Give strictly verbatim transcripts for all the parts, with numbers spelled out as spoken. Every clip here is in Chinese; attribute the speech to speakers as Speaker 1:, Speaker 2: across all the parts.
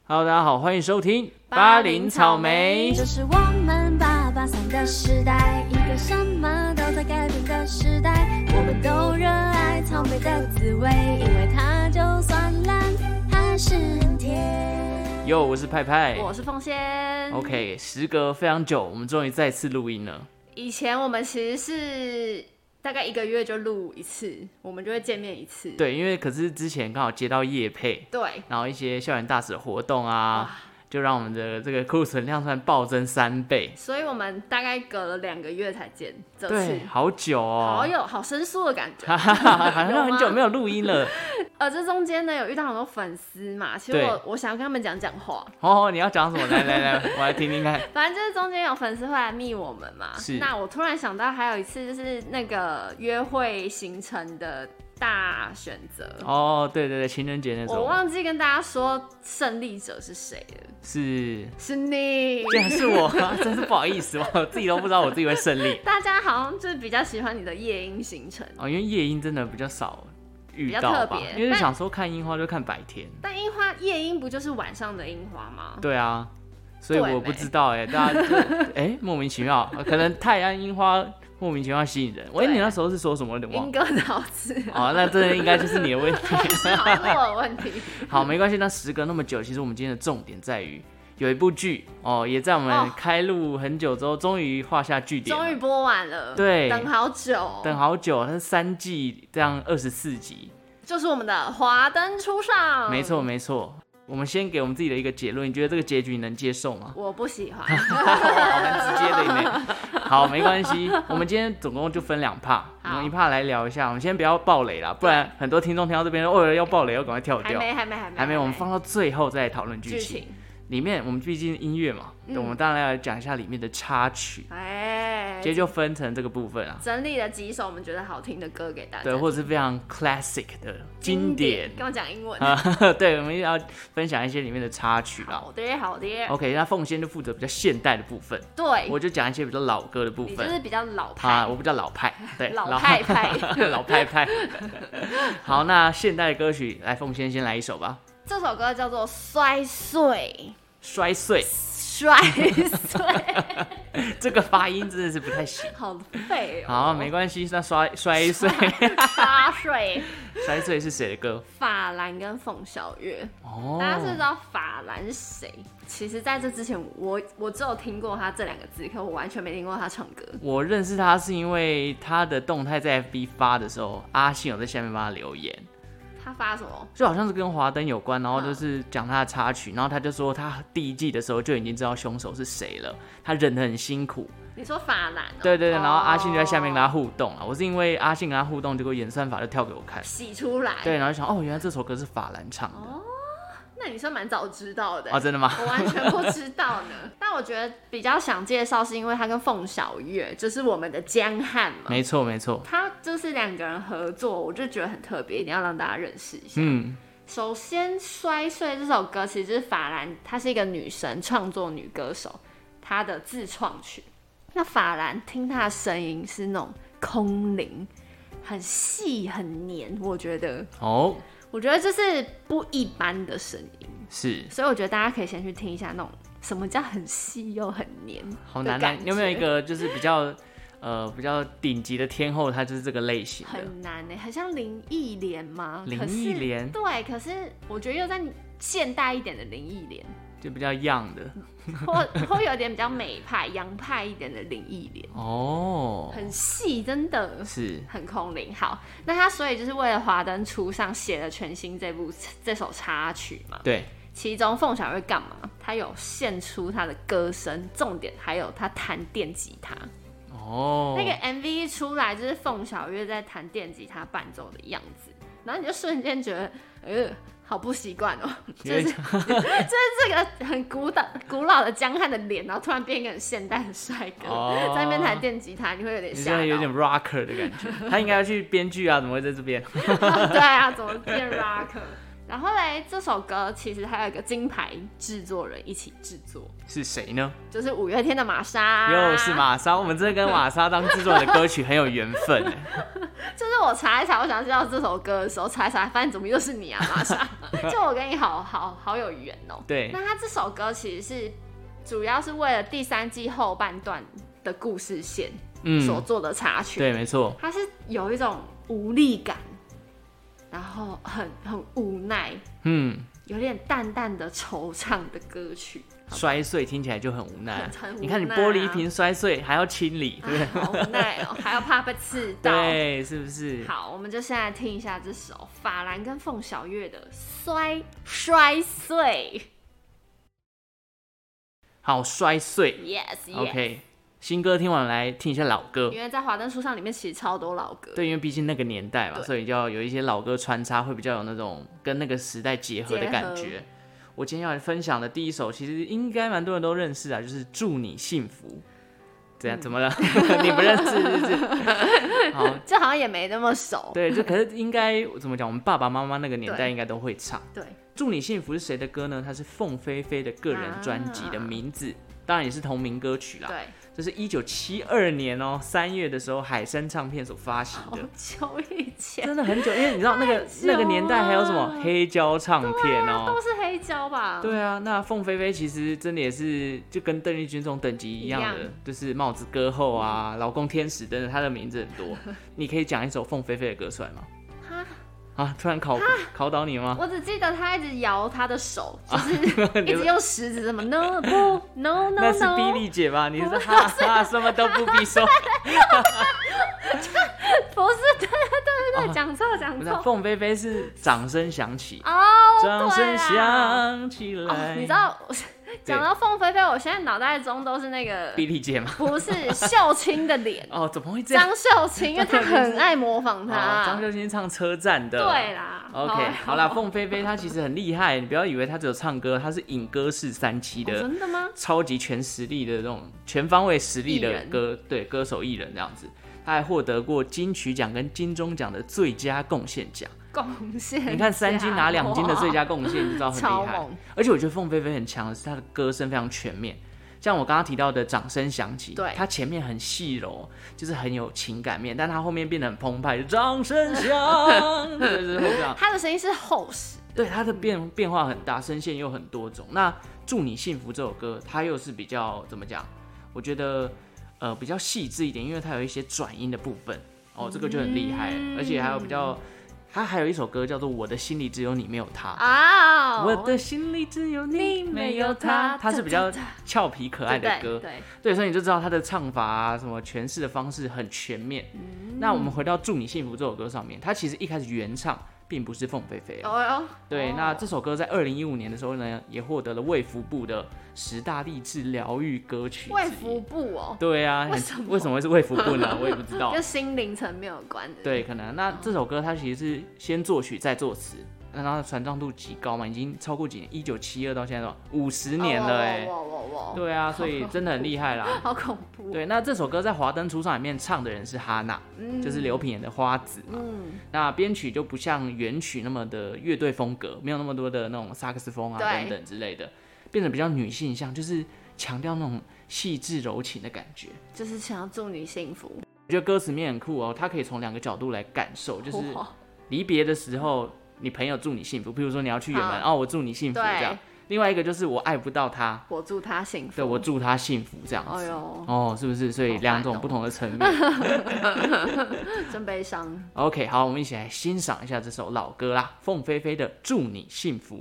Speaker 1: Hello， 大家好，欢迎收听巴林草莓。
Speaker 2: 这是我们八八三的时代，一个什么都在改变的时代。我们都热爱草莓的滋味，因为它就算烂，还是很甜。
Speaker 1: 哟，我是派派，
Speaker 2: 我是凤仙。
Speaker 1: OK， 时隔非常久，我们终于再次录音了。
Speaker 2: 以前我们其实是大概一个月就录一次，我们就会见面一次。
Speaker 1: 对，因为可是之前刚好接到业配，
Speaker 2: 对，
Speaker 1: 然后一些校园大使的活动啊，就让我们的这个库存量算暴增三倍，
Speaker 2: 所以我们大概隔了两个月才见这次。
Speaker 1: 对，好久哦，
Speaker 2: 好有好生疏的感觉，
Speaker 1: 好像很久没有录音了。
Speaker 2: 呃，这中间呢有遇到很多粉丝嘛，其实我我想要跟他们讲讲话。
Speaker 1: 哦，你要讲什么？来来来，我来听听看。
Speaker 2: 反正就是中间有粉丝会来密我们嘛，
Speaker 1: 是。
Speaker 2: 那我突然想到还有一次就是那个约会行程的大选择。
Speaker 1: 哦，对对对，情人节那种。
Speaker 2: 我忘记跟大家说胜利者是谁了。
Speaker 1: 是。
Speaker 2: 是你。
Speaker 1: 竟然是我，真是不好意思，我自己都不知道我自己会胜利。
Speaker 2: 大家好像就是比较喜欢你的夜莺行程。
Speaker 1: 哦，因为夜莺真的比较少遇到吧，因为想说看樱花就看白天。
Speaker 2: 但樱花夜莺不就是晚上的樱花吗？
Speaker 1: 对啊，所以我不知道哎、欸，大家哎、欸、莫名其妙，可能泰安樱花莫名其妙吸引人。喂，你那时候是说什么？有点忘了。
Speaker 2: 莺歌脑子。
Speaker 1: 哦，那真的应该就是你的问题，
Speaker 2: 是我的问题。
Speaker 1: 好，没关系。那时隔那么久，其实我们今天的重点在于。有一部剧哦，也在我们开录很久之后，终于画下句点，
Speaker 2: 终于播完了。
Speaker 1: 对，
Speaker 2: 等好久，
Speaker 1: 等好久，它是三季，这样二十四集，
Speaker 2: 就是我们的《华灯初上》。
Speaker 1: 没错，没错。我们先给我们自己的一个结论，你觉得这个结局你能接受吗？
Speaker 2: 我不喜欢，
Speaker 1: 很直接的呢。好，没关系，我们今天总共就分两 part， 我们一 part 来聊一下。我们先不要爆雷啦，不然很多听众听到这边哦要爆雷，要赶快跳掉。
Speaker 2: 还没，还没，还没，
Speaker 1: 还没，我们放到最后再来讨论剧情。里面我们毕竟音乐嘛、嗯，我们当然要讲一下里面的插曲，哎，接着就分成这个部分啊，
Speaker 2: 整理了几首我们觉得好听的歌给大家，
Speaker 1: 对，或者是非常 classic 的经典。
Speaker 2: 跟我讲英文，
Speaker 1: 对，我们要分享一些里面的插曲啦。
Speaker 2: 好的，好的。
Speaker 1: OK， 那凤仙就负责比较现代的部分，
Speaker 2: 对，
Speaker 1: 我就讲一些比较老歌的部分，
Speaker 2: 你就是比较老派
Speaker 1: 啊，我比较老派，对，
Speaker 2: 老派派，
Speaker 1: 老派派。好，那现代的歌曲，来，凤仙先来一首吧。
Speaker 2: 这首歌叫做《摔碎》。
Speaker 1: 摔碎，
Speaker 2: 摔碎，
Speaker 1: 这个发音真的是不太行，
Speaker 2: 好废哦。
Speaker 1: 好，没关系，那摔摔碎，
Speaker 2: 摔碎，
Speaker 1: 摔碎是谁的歌？
Speaker 2: 法兰跟凤小岳。哦，大家是不是知道法兰是谁？其实在这之前我，我我只有听过他这两个字，可我完全没听过他唱歌。
Speaker 1: 我认识他是因为他的动态在 F B 发的时候，阿信有在下面帮他留言。
Speaker 2: 他发什么？
Speaker 1: 就好像是跟华灯有关，然后就是讲他的插曲，然后他就说他第一季的时候就已经知道凶手是谁了，他忍得很辛苦。
Speaker 2: 你说法兰、喔？
Speaker 1: 对对对，然后阿信就在下面跟他互动啊，我是因為阿信跟他互动，结果演算法就跳给我看，
Speaker 2: 洗出来。
Speaker 1: 对，然后就想哦，原来这首歌是法兰唱的。
Speaker 2: 哦，那你算蛮早知道的。
Speaker 1: 哦，真的吗？
Speaker 2: 我完全不知道呢。但我觉得比较想介绍，是因为他跟凤小岳，就是我们的江汉嘛。
Speaker 1: 没错没错。
Speaker 2: 他就是两个人合作，我就觉得很特别，一定要让大家认识一下。嗯。首先，《摔碎》这首歌其实是法兰，她是一个女神创作女歌手，她的自创曲。那法兰听她的声音是那种空灵，很细很黏，我觉得。哦。我觉得这是不一般的声音，
Speaker 1: 是，
Speaker 2: 所以我觉得大家可以先去听一下那种什么叫很细又很黏，
Speaker 1: 好难啊！你有没有一个就是比较呃比较顶级的天后，她就是这个类型的？
Speaker 2: 很难呢、欸，很像林忆莲吗？
Speaker 1: 林忆莲，
Speaker 2: 对，可是我觉得又在现代一点的林忆莲，
Speaker 1: 就比较 young 的，
Speaker 2: 或或有点比较美派、洋派一点的林忆莲哦，很细，真的
Speaker 1: 是
Speaker 2: 很空灵。好，那他所以就是为了《华灯初上》写了全新这部这首插曲嘛？
Speaker 1: 对。
Speaker 2: 其中凤小岳干嘛？他有献出他的歌声，重点还有他弹电吉他。哦，那个 M V 一出来就是凤小岳在弹电吉他伴奏的样子，然后你就瞬间觉得，呃。好不习惯哦，就是就是这个很古老古老的江汉的脸，然后突然变一个很现代的帅哥，哦、在那边弹电吉他，你会有点吓到，
Speaker 1: 有点 rocker 的感觉。他应该要去编剧啊，怎么会在这边？
Speaker 2: 对啊，怎么变 rocker？ 然后嘞，这首歌其实还有一个金牌制作人一起制作，
Speaker 1: 是谁呢？
Speaker 2: 就是五月天的玛莎。
Speaker 1: 又是玛莎，我们真的跟玛莎当制作人的歌曲很有缘分。
Speaker 2: 就是我查一查，我想知道这首歌的时候，查一查，发现怎么又是你啊，玛莎？就我跟你好好好有缘哦、喔。
Speaker 1: 对。
Speaker 2: 那他这首歌其实是主要是为了第三季后半段的故事线所做的插曲。
Speaker 1: 嗯、对，没错。
Speaker 2: 它是有一种无力感。然后很很无奈，嗯，有点淡淡的惆怅的歌曲。
Speaker 1: 摔碎听起来就很无奈、啊，
Speaker 2: 很无奈啊、
Speaker 1: 你看你玻璃瓶摔碎还要清理，对不对？
Speaker 2: 好无奈哦，还要怕被刺到，
Speaker 1: 对，是不是？
Speaker 2: 好，我们就先来听一下这首法兰跟凤小岳的《摔摔碎》。
Speaker 1: 好，摔碎
Speaker 2: ，yes，
Speaker 1: OK。新歌听完来听一下老歌，
Speaker 2: 因为在《华灯初上》里面其实超多老歌。
Speaker 1: 对，因为毕竟那个年代嘛，所以就要有一些老歌穿插，会比较有那种跟那个时代结合的感觉。我今天要分享的第一首，其实应该蛮多人都认识啊，就是《祝你幸福》。怎样？怎么了？你不认识是不是？好，
Speaker 2: 这好像也没那么熟。
Speaker 1: 对，就可是应该怎么讲？我们爸爸妈妈那个年代应该都会唱。
Speaker 2: 对，《
Speaker 1: 祝你幸福》是谁的歌呢？它是凤飞飞的个人专辑的名字，啊、当然也是同名歌曲啦。
Speaker 2: 对。
Speaker 1: 这是一九七二年哦、喔，三月的时候，海山唱片所发行的，
Speaker 2: 好久以前，
Speaker 1: 真的很久，因为你知道那个那个年代还有什么黑胶唱片哦、喔
Speaker 2: 啊，都是黑胶吧？
Speaker 1: 对啊，那凤飞飞其实真的也是就跟邓丽君这种等级一样的，样就是帽子歌后啊、老公天使等等，她的名字很多。你可以讲一首凤飞飞的歌出来吗？啊！突然考考倒你吗？
Speaker 2: 我只记得他一直摇他的手，就是一直用食指这么 no 不 no no no。
Speaker 1: 那是比利姐吧？你是哈哈什么都不必说。
Speaker 2: 不是，对对对对，讲错讲错。
Speaker 1: 凤飞飞是掌声响起
Speaker 2: 哦，
Speaker 1: 掌声响起来。
Speaker 2: 你知道？讲到凤飞飞，我现在脑袋中都是那个
Speaker 1: 比利姐吗？
Speaker 2: 不是，秀清的脸。
Speaker 1: 哦，怎么会这样？
Speaker 2: 张秀清，因为她很爱模仿她。
Speaker 1: 张、哦、秀清唱车站的。
Speaker 2: 对啦。
Speaker 1: OK， 好啦，凤飞飞她其实很厉害，你不要以为她只有唱歌，她是影歌式三栖的、哦，
Speaker 2: 真的吗？
Speaker 1: 超级全实力的这种全方位实力的歌，对歌手艺人这样子。她还获得过金曲奖跟金钟奖的最佳贡献奖。
Speaker 2: 贡献，
Speaker 1: 你看三金拿两金的最佳贡献，你知道很厉害。而且我觉得凤飞飞很强的是她的歌声非常全面，像我刚刚提到的掌声响起，
Speaker 2: 对，
Speaker 1: 她前面很细柔，就是很有情感面，但她后面变得很澎湃，就掌声响，就是会这样。
Speaker 2: 她的声音是厚实，
Speaker 1: 对，她的变变化很大，声线又很多种。那祝你幸福这首歌，它又是比较怎么讲？我觉得呃比较细致一点，因为它有一些转音的部分，哦，这个就很厉害，嗯、而且还有比较。他还有一首歌叫做《我的心里只有你没有他》啊， oh, 我的心里只有你没有他，他是比较俏皮可爱的歌， 对, 对, 对，所以你就知道他的唱法啊，什么诠释的方式很全面。嗯、那我们回到《祝你幸福》这首歌上面，他其实一开始原唱并不是凤飞飞哦， oh, oh. 对，那这首歌在二零一五年的时候呢，也获得了卫福部的十大励志疗愈歌曲。
Speaker 2: 卫福部哦，
Speaker 1: 对啊，为什么为什么会是卫福部呢？我也不知道，
Speaker 2: 跟心灵层面有关的。
Speaker 1: 对，可能那这首歌它其实是先作曲再作词，那它的传唱度极高嘛，已经超过几年，一九七二到现在五十年了哎、欸。哇哇哇！对啊，所以真的很厉害啦。
Speaker 2: 好恐怖。
Speaker 1: 对，那这首歌在《华灯初上》里面唱的人是哈娜、嗯，就是刘品言的花子嘛。嗯。那编曲就不像原曲那么的乐队风格，没有那么多的那种萨克斯风啊等等之类的，变得比较女性向，就是强调那种细致柔情的感觉。
Speaker 2: 就是想要祝你幸福。
Speaker 1: 我觉得歌词面很酷哦，它可以从两个角度来感受，就是离别的时候。你朋友祝你幸福，譬如说你要去远门，哦，我祝你幸福这样。另外一个就是我爱不到他，
Speaker 2: 我祝他幸福。
Speaker 1: 对，我祝他幸福这样子。哎呦，哦，是不是？所以两种不同的层面，
Speaker 2: 真悲伤。
Speaker 1: OK， 好，我们一起来欣赏一下这首老歌啦，凤飞飞的《祝你幸福》。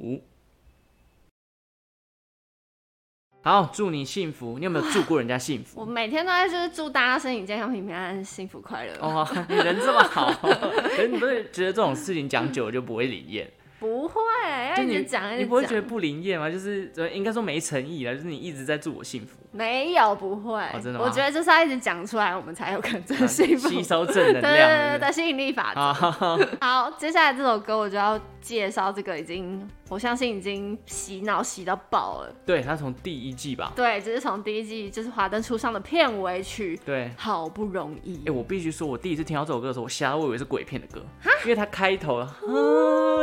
Speaker 1: 好，祝你幸福。你有没有祝过人家幸福？
Speaker 2: 我每天都在就是祝大家身体健康、平平安安、幸福快乐。
Speaker 1: 哦，你人这么好，可是你不是觉得这种事情讲久了就不会灵验？
Speaker 2: 不会，要一直讲，
Speaker 1: 你不会觉得不灵验吗？就是应该说没诚意啦，就是你一直在祝我幸福。
Speaker 2: 没有，不会。
Speaker 1: 哦，真的吗？
Speaker 2: 我觉得就是要一直讲出来，我们才有可能真的幸福，
Speaker 1: 吸收正能量。对
Speaker 2: 对对对，吸引力法则。好，接下来这首歌我就要介绍这个已经，我相信已经洗脑洗到爆了。
Speaker 1: 对，它从第一季吧。
Speaker 2: 对，就是从第一季就是《华灯初上》的片尾曲。对，好不容易。
Speaker 1: 哎、欸，我必须说，我第一次听到这首歌的时候，我吓到我以为是鬼片的歌，因为它开头了，哦，对对对。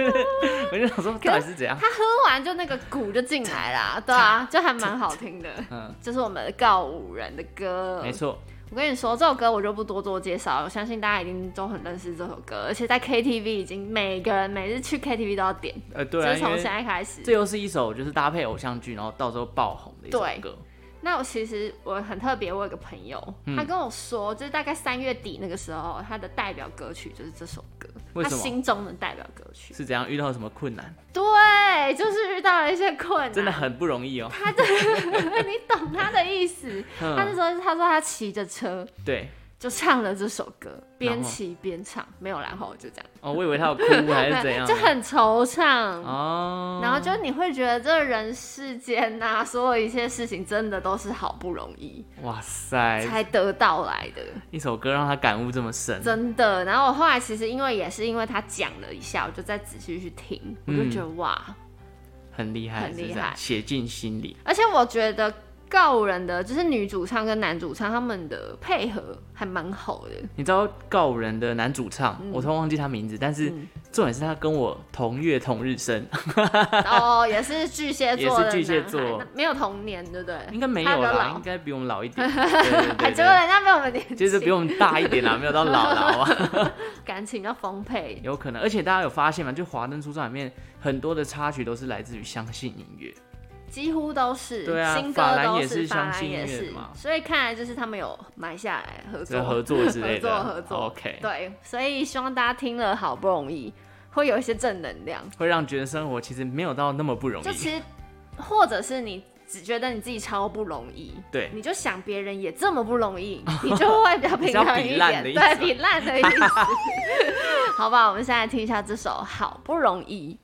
Speaker 1: 我就想说到底是怎样？
Speaker 2: 他喝完就那个鼓就进来啦，对啊，就还蛮好听的。嗯，就是我们的告五人的歌，
Speaker 1: 没错。
Speaker 2: 我跟你说，这首歌我就不多做介绍了，我相信大家一定都很认识这首歌，而且在 K T V 已经每个人每次去 K T V 都要点，
Speaker 1: 呃，对啊，
Speaker 2: 就是从现在开始。
Speaker 1: 这又是一首就是搭配偶像剧，然后到时候爆红的一首歌。
Speaker 2: 那我其实我很特别，我有个朋友，嗯、他跟我说，就是大概三月底那个时候，他的代表歌曲就是这首歌，他心中的代表歌曲。
Speaker 1: 是怎样？遇到什么困难？
Speaker 2: 对，就是遇到了一些困难，
Speaker 1: 真的很不容易哦。
Speaker 2: 他的，你懂他的意思？嗯、他那时候他说他骑着车，
Speaker 1: 对。
Speaker 2: 就唱了这首歌，边骑边唱，没有然后就这样。
Speaker 1: 哦，我以为他有哭还是怎样，
Speaker 2: 就很惆怅哦。然后就你会觉得这人世间呐、啊，所有一切事情真的都是好不容易，
Speaker 1: 哇塞，
Speaker 2: 才得到来的。
Speaker 1: 一首歌让他感悟这么深，
Speaker 2: 真的。然后我后来其实因为也是因为他讲了一下，我就再仔细去听，我就觉得、嗯、哇，
Speaker 1: 很厉害，
Speaker 2: 很厉害，
Speaker 1: 写进心里。
Speaker 2: 而且我觉得。告五人的就是女主唱跟男主唱他们的配合还蛮好的。
Speaker 1: 你知道告五人的男主唱，嗯、我突然忘记他名字，但是重点是他跟我同月同日生。
Speaker 2: 哦，也是巨蟹座的，
Speaker 1: 也是巨蟹座，
Speaker 2: 没有同年，对不对？
Speaker 1: 应该没有啦，应该比我们老一点。对对对对，
Speaker 2: 结果人家比我们年轻，
Speaker 1: 其实比我们大一点啦，没有到老老啊。
Speaker 2: 感情要丰沛，
Speaker 1: 有可能。而且大家有发现吗？就《华灯初上》里面很多的插曲都是来自于相信音乐。
Speaker 2: 几乎都是，
Speaker 1: 对啊，
Speaker 2: 新歌都是，
Speaker 1: 法兰也是嘛，
Speaker 2: 所以看来就是他们有买下来合作、
Speaker 1: 合作之类的，
Speaker 2: 合作合作
Speaker 1: ，OK，
Speaker 2: 对，所以希望大家听了好不容易，会有一些正能量，
Speaker 1: 会让觉得生活其实没有到那么不容易。
Speaker 2: 就其实，或者是你只觉得你自己超不容易，
Speaker 1: 对，
Speaker 2: 你就想别人也这么不容易，你就会比较平衡一点，对，比烂的意思。好吧，我们现在听一下这首《好不容易》。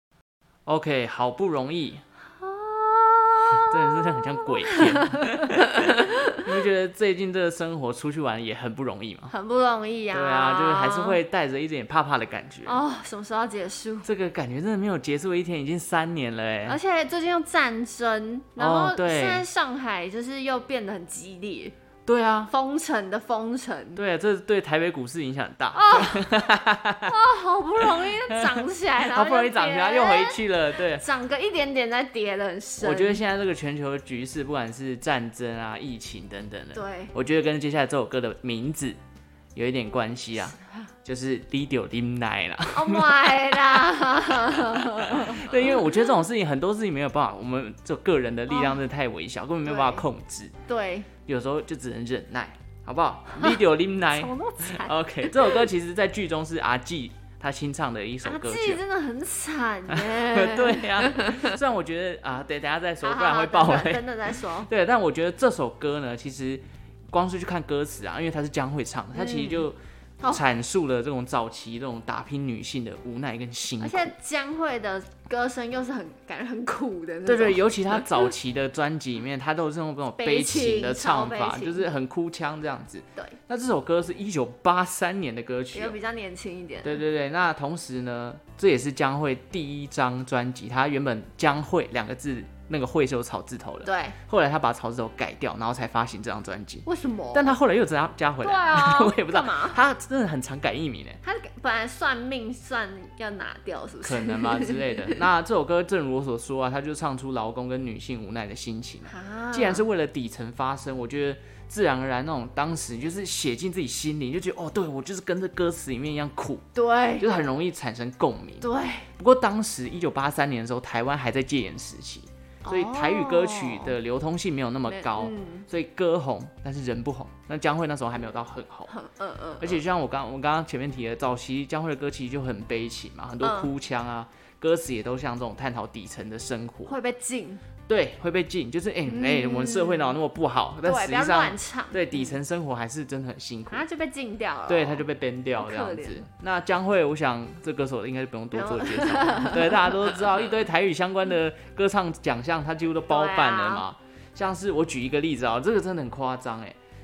Speaker 1: OK， 好不容易。真的是很像鬼片。你会觉得最近这个生活出去玩也很不容易吗？
Speaker 2: 很不容易啊。
Speaker 1: 对啊，就是还是会带着一点怕怕的感觉。
Speaker 2: 哦，什么时候要结束？
Speaker 1: 这个感觉真的没有结束的一天，已经三年了哎。
Speaker 2: 而且最近又战争，然后现在上海就是又变得很激烈。
Speaker 1: 对啊，
Speaker 2: 封城的封城，
Speaker 1: 对啊，这对台北股市影响很大。
Speaker 2: 哦，哦好不容易涨起来了，
Speaker 1: 好不容易涨起来又回去了，对，
Speaker 2: 涨个一点点再跌得很深。
Speaker 1: 我觉得现在这个全球的局势，不管是战争啊、疫情等等的，
Speaker 2: 对，
Speaker 1: 我觉得跟接下来这首歌的名字有一点关系啊，就是你就啉奶啦。
Speaker 2: Oh my 啦！
Speaker 1: 对，因为我觉得这种事情很多事情没有办法，我们这个人的力量真的太微小，根本没有办法控制。
Speaker 2: 对。
Speaker 1: 有时候就只能忍耐，好不好？你就啉奶。OK， 这首歌其实在剧中是阿纪他新唱的一首歌曲。
Speaker 2: 阿纪真的很惨耶。
Speaker 1: 对呀、啊，虽然我觉得啊，等等下再说，不然会爆雷。
Speaker 2: 真的在说。
Speaker 1: 对，但我觉得这首歌呢，其实光是去看歌词啊，因为它是江蕙唱的，它其实就。嗯阐述了这种早期这种打拼女性的无奈跟辛苦，
Speaker 2: 而且江蕙的歌声又是很感觉很苦的那种。
Speaker 1: 对对，尤其她早期的专辑里面，她都是用这种悲情的唱法，就是很哭腔这样子。
Speaker 2: 对，
Speaker 1: 那这首歌是一九八三年的歌曲、喔，
Speaker 2: 也比较年轻一点。
Speaker 1: 对对对，那同时呢，这也是江蕙第一张专辑，她原本江蕙两个字。那个会是有草字头的，
Speaker 2: 对。
Speaker 1: 后来他把草字头改掉，然后才发行这张专辑。
Speaker 2: 为什么？
Speaker 1: 但他后来又加加回来，
Speaker 2: 对啊，
Speaker 1: 我也不知道。他真的很常改艺名诶。
Speaker 2: 他本来算命算要拿掉，是不是？
Speaker 1: 可能吧之类的。那这首歌正如我所说啊，他就唱出劳工跟女性无奈的心情。啊、既然是为了底层发声，我觉得自然而然那种当时就是写进自己心里，就觉得哦，对我就是跟这歌词里面一样苦，
Speaker 2: 对，
Speaker 1: 就是很容易产生共鸣。
Speaker 2: 对。
Speaker 1: 不过当时一九八三年的时候，台湾还在戒严时期。所以台语歌曲的流通性没有那么高，哦嗯、所以歌红，但是人不红。那江蕙那时候还没有到很红，嗯嗯嗯、而且就像我刚我刚刚前面提的，早期江蕙的歌其实就很悲情嘛，很多哭腔啊，嗯、歌词也都像这种探讨底层的生活，
Speaker 2: 会被禁。对，
Speaker 1: 会被禁，就是哎哎、嗯欸，我们社会哪有那么不好？但实际上，
Speaker 2: 不要乱唱。
Speaker 1: 对，底层生活还是真的很辛苦。
Speaker 2: 他就被禁掉了，
Speaker 1: 对，他就被 ban 掉这样子。那江蕙，我想这歌手应该就不用多做介绍，对，大家都知道一堆台语相关的歌唱奖项，他几乎都包办了嘛。啊、像是我举一个例子啊，这个真的很夸张哎，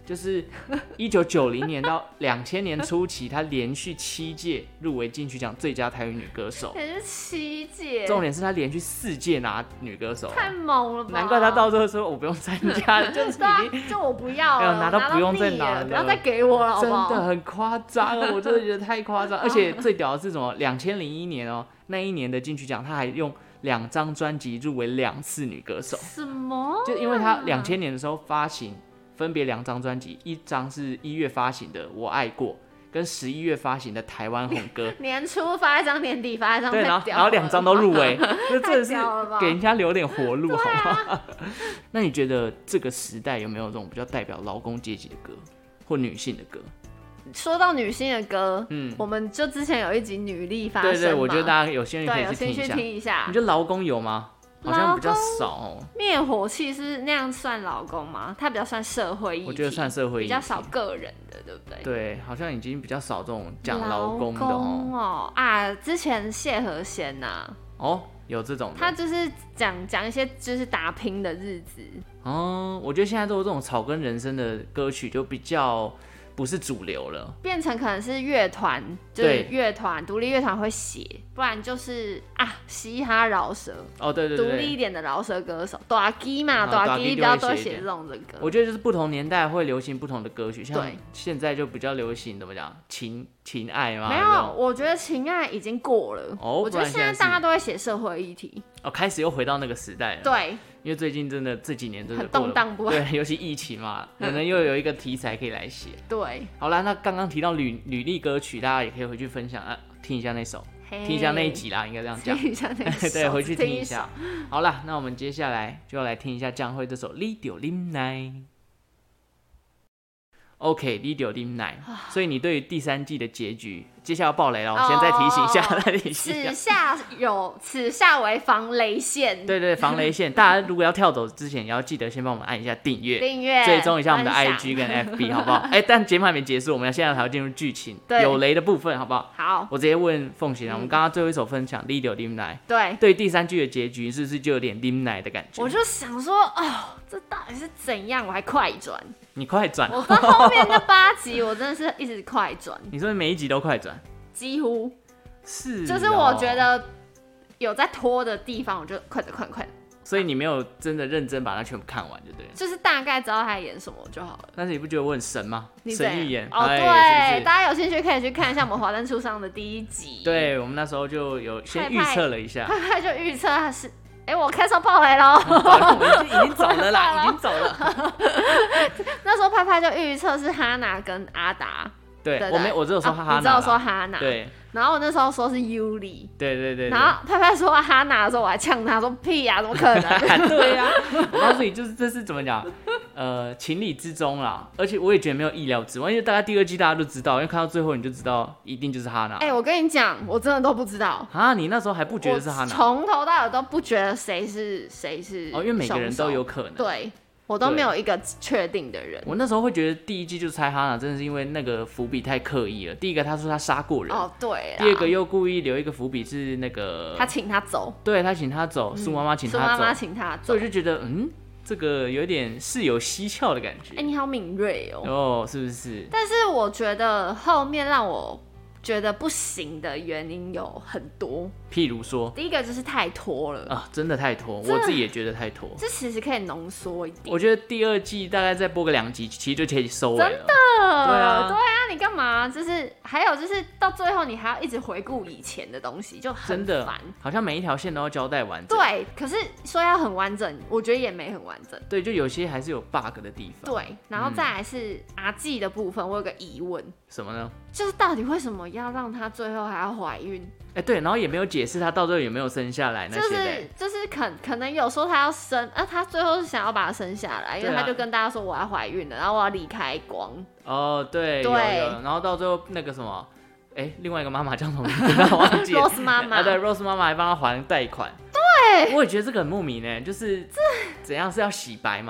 Speaker 1: 就是一九九零年到两千年初期，她连续七届入围金曲奖最佳台语女歌手，
Speaker 2: 也是七届，
Speaker 1: 重点是她连续四届拿女歌手，
Speaker 2: 太猛了吧！
Speaker 1: 难怪她到最后说我不用参加了，就是已经、
Speaker 2: 啊、就我不要了，
Speaker 1: 拿到不用再拿了，
Speaker 2: 不要再给我了，好不好？
Speaker 1: 真的很夸张哦，我真的觉得太夸张。而且最屌的是什么？两千零一年哦，那一年的金曲奖，她还用两张专辑入围两次女歌手。
Speaker 2: 什么？
Speaker 1: 就因为她两千年的时候发行。分别两张专辑，一张是一月发行的《我爱过》，跟十一月发行的《台湾红歌》。
Speaker 2: 年初发一张，年底发一张，
Speaker 1: 对，然后然后两张都入围，这真的是给人家留点活路，好吗？啊、那你觉得这个时代有没有这种比较代表劳工阶级的歌，或女性的歌？
Speaker 2: 说到女性的歌，嗯，我们就之前有一集女力发声嘛，
Speaker 1: 对对，我觉得大家有兴趣可以去听一下。
Speaker 2: 对，有兴趣听一下。
Speaker 1: 你觉得劳工有吗？好像比较少哦。
Speaker 2: 灭火器是那样算劳工吗？它比较算社会议题，
Speaker 1: 我觉得算社会议题，
Speaker 2: 比较少个人的，对不对？
Speaker 1: 对，好像已经比较少这种讲劳工的
Speaker 2: 哦。哦啊，之前谢和弦呐、啊，
Speaker 1: 哦，有这种的，
Speaker 2: 他就是讲讲一些就是打拼的日子。
Speaker 1: 哦，我觉得现在都有这种草根人生的歌曲，就比较不是主流了，
Speaker 2: 变成可能是乐团，就是乐团独立乐团会写，不然就是啊嘻哈饶舌
Speaker 1: 哦，对对对，
Speaker 2: 独立一点的饶舌歌手，大基嘛，大基比较多写这种的歌。
Speaker 1: 我觉得就是不同年代会流行不同的歌曲，像现在就比较流行怎么讲情情爱吗？
Speaker 2: 没有，我觉得情爱已经过了。哦，我觉得现在大家都会写社会议题。
Speaker 1: 哦，开始又回到那个时代了。
Speaker 2: 对，
Speaker 1: 因为最近真的这几年真的
Speaker 2: 很动荡不安，
Speaker 1: 对，尤其疫情嘛，可能又有一个题材可以来写。
Speaker 2: 对，
Speaker 1: 好啦，那刚刚提到履履历歌曲，大家也可以回去分享啊，听一下那首，听一下那一集啦，应该这样讲。
Speaker 2: 听一下那首，
Speaker 1: 对，回去听一下。好啦，那我们接下来就要来听一下江蕙这首《你就忍耐》。OK， 你就忍耐。所以你对于第三季的结局，接下来要爆雷了，我先再提醒一下，再提醒一下。
Speaker 2: 此下有，此下为防雷线。
Speaker 1: 对对，防雷线。大家如果要跳走之前，也要记得先帮我们按一下订阅，
Speaker 2: 订阅，
Speaker 1: 追踪一下我们的 I G 跟 F B， 好不好？哎、欸，但节目还没结束，我们要现在才要进入剧情，有雷的部分，好不好？
Speaker 2: 好。
Speaker 1: 我直接问凤行啊，嗯、我们刚刚最后一首分享《你就忍耐》，
Speaker 2: 对，
Speaker 1: 对第三季的结局是不是就有点忍耐的感觉？
Speaker 2: 我就想说，哦，这到底是怎样？我还快转。
Speaker 1: 你快转！
Speaker 2: 我到后面那八集，我真的是一直快转。
Speaker 1: 你说每一集都快转？
Speaker 2: 几乎
Speaker 1: 是、哦，
Speaker 2: 就是我觉得有在拖的地方，我就快点快点快点。
Speaker 1: 所以你没有真的认真把它全部看完，就对了。
Speaker 2: 就是大概知道他演什么就好了。
Speaker 1: 但是你不觉得我很神吗？神预言
Speaker 2: 哦，对，是是大家有兴趣可以去看一下我们《华灯初上》的第一集。
Speaker 1: 对，我们那时候就有先预测了一下，
Speaker 2: 派派就预测他是。哎、欸，我开始爆雷喽！
Speaker 1: 已经已经走了啦，已经走了。
Speaker 2: 那时候派派就预测是哈娜跟阿达。
Speaker 1: 对，对对我没，我只有说哈娜、啊，
Speaker 2: 你只有说哈娜。
Speaker 1: 对。
Speaker 2: 然后我那时候说是尤里。
Speaker 1: 对对 对, 對。
Speaker 2: 然后派派说哈娜的时候，我还呛他说屁呀、啊，怎么可能？
Speaker 1: 对呀、啊，我告诉你，就是这是怎么讲？呃，情理之中啦。而且我也觉得没有意料之外，因为大家第二季大家都知道，因为看到最后你就知道一定就是哈娜。
Speaker 2: 哎、欸，我跟你讲，我真的都不知道
Speaker 1: 啊！你那时候还不觉得是哈娜？
Speaker 2: 从头到尾都不觉得谁是谁是
Speaker 1: 哦，因为每个人都有可能。
Speaker 2: 对。我都没有一个确定的人。
Speaker 1: 我那时候会觉得第一季就猜哈娜，真的是因为那个伏笔太刻意了。第一个他说他杀过人，
Speaker 2: 哦对。
Speaker 1: 第二个又故意留一个伏笔是那个
Speaker 2: 他请他走，
Speaker 1: 对他请他走，苏妈妈请他走，
Speaker 2: 苏妈妈请他走，
Speaker 1: 所以我就觉得嗯，这个有点事有蹊跷的感觉。
Speaker 2: 哎、欸，你好敏锐哦。
Speaker 1: 哦，是不是？
Speaker 2: 但是我觉得后面让我觉得不行的原因有很多，
Speaker 1: 譬如说，
Speaker 2: 第一个就是太拖了
Speaker 1: 啊，真的太拖，我自己也觉得太拖。
Speaker 2: 这其实可以浓缩一点。
Speaker 1: 我觉得第二季大概再播个两集，其实就可以收尾了。
Speaker 2: 真的，对啊，对啊，你干嘛？就是还有就是到最后你还要一直回顾以前的东西，就很
Speaker 1: 真的
Speaker 2: 烦。
Speaker 1: 好像每一条线都要交代完整。
Speaker 2: 对，可是说要很完整，我觉得也没很完整。
Speaker 1: 对，就有些还是有 bug 的地方。
Speaker 2: 对，然后再来是阿纪的部分，我有个疑问。
Speaker 1: 什么呢？
Speaker 2: 就是到底为什么要让她最后还要怀孕？
Speaker 1: 哎、欸，对，然后也没有解释她到最后有没有生下来那些的。
Speaker 2: 就是就是可可能有说她要生，啊，她最后是想要把她生下来，因为她就跟大家说我要怀孕了，然后我要离开光。
Speaker 1: 哦，对，
Speaker 2: 对，
Speaker 1: 有有，然后到最后那个什么，哎、欸，另外一个妈妈叫什么名字？忘记了。
Speaker 2: Rose 妈妈。
Speaker 1: 啊，对 ，Rose 妈妈还帮她还贷款。
Speaker 2: 对，
Speaker 1: 我也觉得这个很莫名呢，就是怎样是要洗白吗？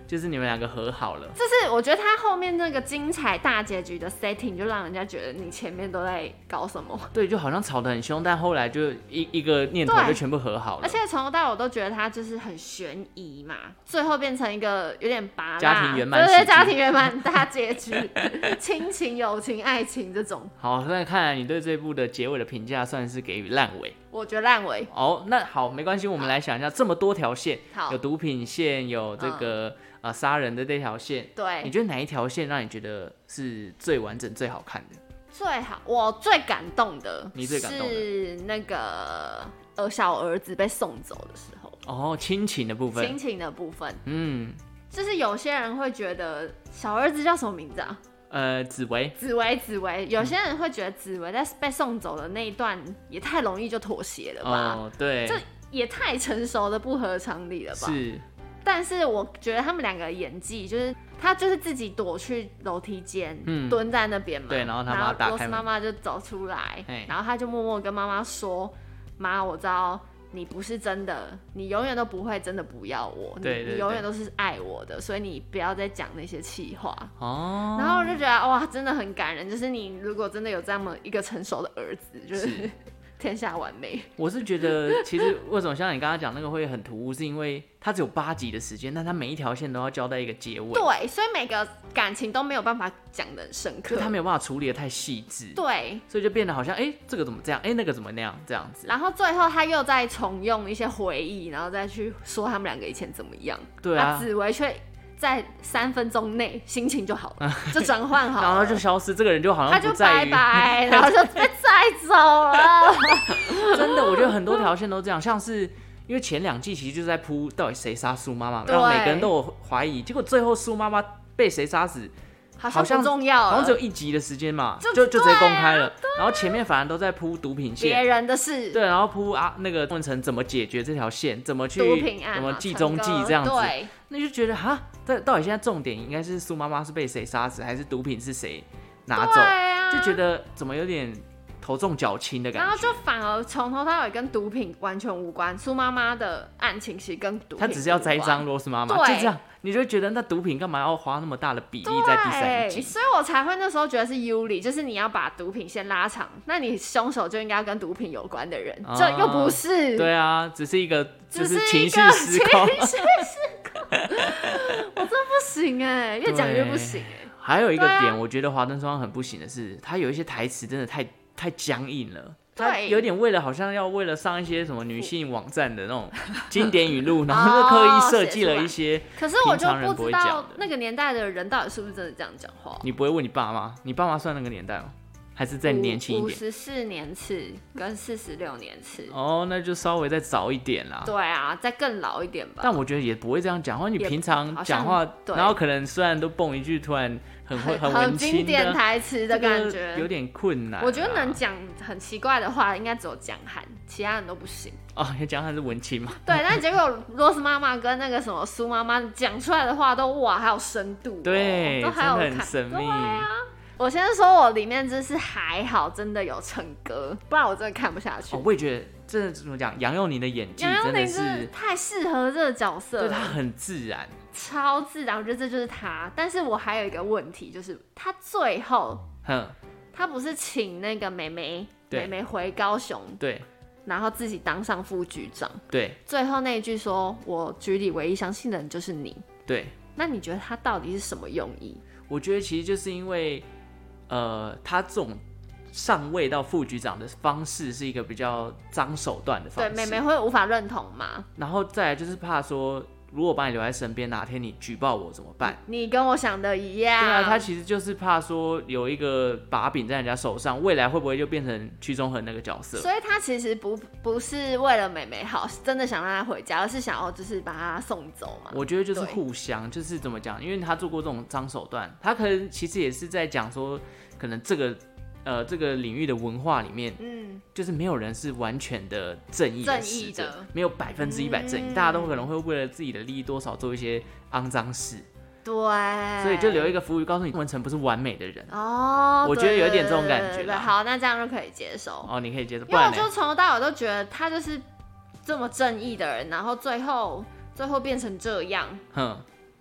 Speaker 1: 就是你们两个和好了。
Speaker 2: 这是我觉得他后面那个精彩大结局的 setting 就让人家觉得你前面都在搞什么。
Speaker 1: 对，就好像吵得很凶，但后来就 一, 一个念头就全部和好了。
Speaker 2: 而且从头到尾我都觉得他就是很悬疑嘛，最后变成一个有点拔辣
Speaker 1: 家庭圆满，
Speaker 2: 对对，家庭圆满大结局，亲情、友情、爱情这种。
Speaker 1: 好，那看来你对这部的结尾的评价算是给予烂尾。
Speaker 2: 我觉得烂尾。
Speaker 1: 哦，那好，没关系，我们来想一下，这么多条线，有毒品线，有这个、嗯。呃，杀人的这条线，
Speaker 2: 对，
Speaker 1: 你觉得哪一条线让你觉得是最完整、最好看的？
Speaker 2: 最好，我最感动的，
Speaker 1: 你最感动的
Speaker 2: 是那个呃小儿子被送走的时候。
Speaker 1: 哦，亲情的部分，
Speaker 2: 亲情的部分，
Speaker 1: 嗯，
Speaker 2: 就是有些人会觉得小儿子叫什么名字啊？
Speaker 1: 呃，紫薇，
Speaker 2: 紫薇，紫薇。有些人会觉得紫薇在被送走的那一段也太容易就妥协了吧？
Speaker 1: 哦，对，
Speaker 2: 这也太成熟的不合常理了吧？
Speaker 1: 是。
Speaker 2: 但是我觉得他们两个演技，就是他就是自己躲去楼梯间、嗯，蹲在那边嘛，
Speaker 1: 对，然后他妈打开门，
Speaker 2: 罗斯妈妈就走出来，然后他就默默跟妈妈说：“妈，我知道你不是真的，你永远都不会真的不要我，
Speaker 1: 对对对，
Speaker 2: 你永远都是爱我的，所以你不要再讲那些气话。”
Speaker 1: 哦，
Speaker 2: 然后我就觉得哇，真的很感人，就是你如果真的有这么一个成熟的儿子，就是。是天下完美。
Speaker 1: 我是觉得，其实为什么像你刚刚讲那个会很突兀，是因为它只有八集的时间，但它每一条线都要交代一个结尾。
Speaker 2: 对，所以每个感情都没有办法讲得很深刻，
Speaker 1: 就他没有办法处理得太细致。
Speaker 2: 对，
Speaker 1: 所以就变得好像，哎、欸，这个怎么这样？哎、欸，那个怎么那样？这样子。
Speaker 2: 然后最后他又再重用一些回忆，然后再去说他们两个以前怎么样。
Speaker 1: 对啊，
Speaker 2: 紫薇却在三分钟内心情就好了，就转换好了，
Speaker 1: 然后就消失，这个人就好像不在于，
Speaker 2: 他就拜拜，然后就被载走了。
Speaker 1: 真的，我觉得很多条线都这样，像是因为前两季其实就是在铺到底谁杀苏妈妈，让每个人都有怀疑，结果最后苏妈妈被谁杀死，
Speaker 2: 好像不重要了，
Speaker 1: 好像只有一集的时间嘛，就就就直接公开了，啊、然后前面反而都在铺毒品线，
Speaker 2: 别人的事，
Speaker 1: 对，然后铺啊那个问成怎么解决这条线，怎么去
Speaker 2: 毒品案、啊、
Speaker 1: 怎么计中计这样子，
Speaker 2: 对，
Speaker 1: 那就觉得哈，这到底现在重点应该是苏妈妈是被谁杀死，还是毒品是谁拿走？
Speaker 2: 啊、
Speaker 1: 就觉得怎么有点头重脚轻的感觉，
Speaker 2: 然后就反而从头到尾跟毒品完全无关。苏妈妈的案情其实跟毒品，
Speaker 1: 她只是要栽赃罗斯妈妈，就这样，你就会觉得那毒品干嘛要花那么大的比例在第三集？
Speaker 2: 所以我才会那时候觉得是尤里，就是你要把毒品先拉长，那你凶手就应该要跟毒品有关的人，啊、这又不是。
Speaker 1: 对啊，只是一个就是情绪失
Speaker 2: 控，情绪失控，我真不行哎、欸，越讲越不行哎、欸。
Speaker 1: 还有一个点，啊、我觉得《华灯初上》很不行的是，他有一些台词真的太。太僵硬了，他有点为了好像要为了上一些什么女性网站的那种经典语录，然后就刻意设计了一些
Speaker 2: 可是我就不知道那个年代的人到底是不是真的这样讲话。
Speaker 1: 你不会问你爸妈？你爸妈算那个年代吗？还是再年轻一点？
Speaker 2: 五十四年次跟四十六年次。
Speaker 1: 哦，那就稍微再早一点啦。
Speaker 2: 对啊，再更老一点吧。
Speaker 1: 但我觉得也不会这样讲话，你平常讲话，然后可能虽然都蹦一句，突然。很会很文青的
Speaker 2: 经典台词的感觉，
Speaker 1: 有点困难、啊。
Speaker 2: 我觉得能讲很奇怪的话，应该只有江汉，其他人都不行。
Speaker 1: 哦，因为江汉是文青嘛。
Speaker 2: 对，但结果罗斯妈妈跟那个什么苏妈妈讲出来的话都哇，还有深度、哦，
Speaker 1: 对，
Speaker 2: 都还有
Speaker 1: 真的很神秘。
Speaker 2: 对啊，我先说我里面就是还好，真的有成歌，不然我真的看不下去。
Speaker 1: 哦，我也觉得，真的怎么讲，杨佑宁的演技真的是
Speaker 2: 太适合这个角色了，
Speaker 1: 对他很自然。
Speaker 2: 超自然，我觉得这就是他。但是我还有一个问题，就是他最后，他不是请那个妹妹妹妹回高雄，
Speaker 1: 对，
Speaker 2: 然后自己当上副局长，
Speaker 1: 对，
Speaker 2: 最后那一句说“我局里唯一相信的人就是你”，
Speaker 1: 对，
Speaker 2: 那你觉得他到底是什么用意？
Speaker 1: 我觉得其实就是因为，呃，他这种上位到副局长的方式是一个比较脏手段的方式，
Speaker 2: 对，妹妹会无法认同嘛。
Speaker 1: 然后再来就是怕说。如果把你留在身边，哪天你举报我怎么办？
Speaker 2: 你跟我想的一样。
Speaker 1: 对啊，他其实就是怕说有一个把柄在人家手上，未来会不会就变成屈中恒那个角色？
Speaker 2: 所以他其实不不是为了妹妹好，真的想让她回家，而是想要就是把她送走嘛。
Speaker 1: 我觉得就是互相，就是怎么讲？因为他做过这种脏手段，他可能其实也是在讲说，可能这个。呃，这个领域的文化里面，嗯，就是没有人是完全的正义的使者，没有百分之一百正义，嗯、大家都可能会为了自己的利益多少做一些肮脏事。
Speaker 2: 对，
Speaker 1: 所以就留一个伏笔，告诉你文成不是完美的人。哦，我觉得有一点这种感觉。
Speaker 2: 对，好，那这样就可以接受。
Speaker 1: 哦，你可以接受，
Speaker 2: 因为我就从头到尾都觉得他就是这么正义的人，然后最后最后变成这样。哼。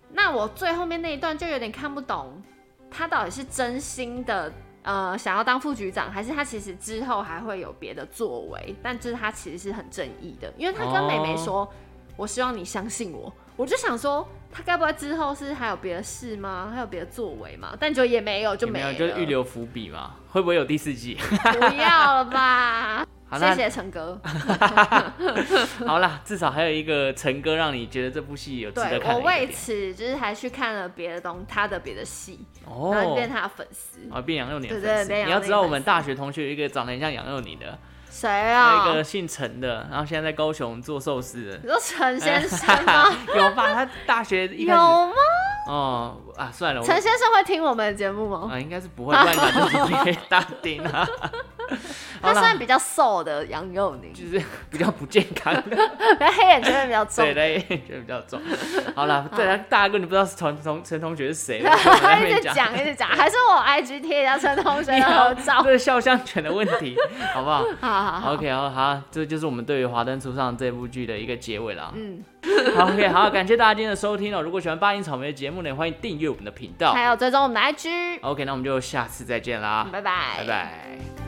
Speaker 2: 那我最后面那一段就有点看不懂，他到底是真心的呃想要当副局长，还是他其实之后还会有别的作为？但就是他其实是很正义的，因为他跟妹妹说：“哦、我希望你相信我。”我就想说，他该不会之后是还有别的事吗？还有别的作为吗？但就也没有，就没了，
Speaker 1: 没有，就预留伏笔嘛。会不会有第四季？
Speaker 2: 不要了吧。谢谢陈哥。
Speaker 1: 好啦，至少还有一个陈哥让你觉得这部戏有值得看的一个点。
Speaker 2: 对，我为此就是还去看了别的东他的别的戏，哦、然后变他的粉丝，
Speaker 1: 啊，变杨佑宁的粉丝。你要知道，我们大学同学有一个长得很像杨佑宁的。
Speaker 2: 谁啊？
Speaker 1: 那个姓陈的，然后现在在高雄做寿司的。
Speaker 2: 你说陈先生吗？
Speaker 1: 有吧？他大学一开始
Speaker 2: 有吗？
Speaker 1: 哦啊，算了。
Speaker 2: 陈先生会听我们的节目吗？
Speaker 1: 啊，应该是不会，不然把自己给打定了。
Speaker 2: 他算比较瘦的杨佑宁，
Speaker 1: 就是比较不健康的，
Speaker 2: 黑眼圈比较重，
Speaker 1: 对，黑眼圈比较重。好了，对，大家根本不知道陈同陈同学是谁，
Speaker 2: 一直讲一直讲，还是我 I G 贴一下陈同学的合照，
Speaker 1: 这是肖像权的问题，好不好？
Speaker 2: 好好好
Speaker 1: ，OK， 好，好，这就是我们对于《华灯初上》这部剧的一个结尾了。嗯，好 ，OK， 好，感谢大家今天的收听哦。如果喜欢八音草莓的节目呢，欢迎订阅我们的频道，
Speaker 2: 还有追踪我们的 I G。
Speaker 1: OK， 那我们就下次再见啦，
Speaker 2: 拜拜，
Speaker 1: 拜拜。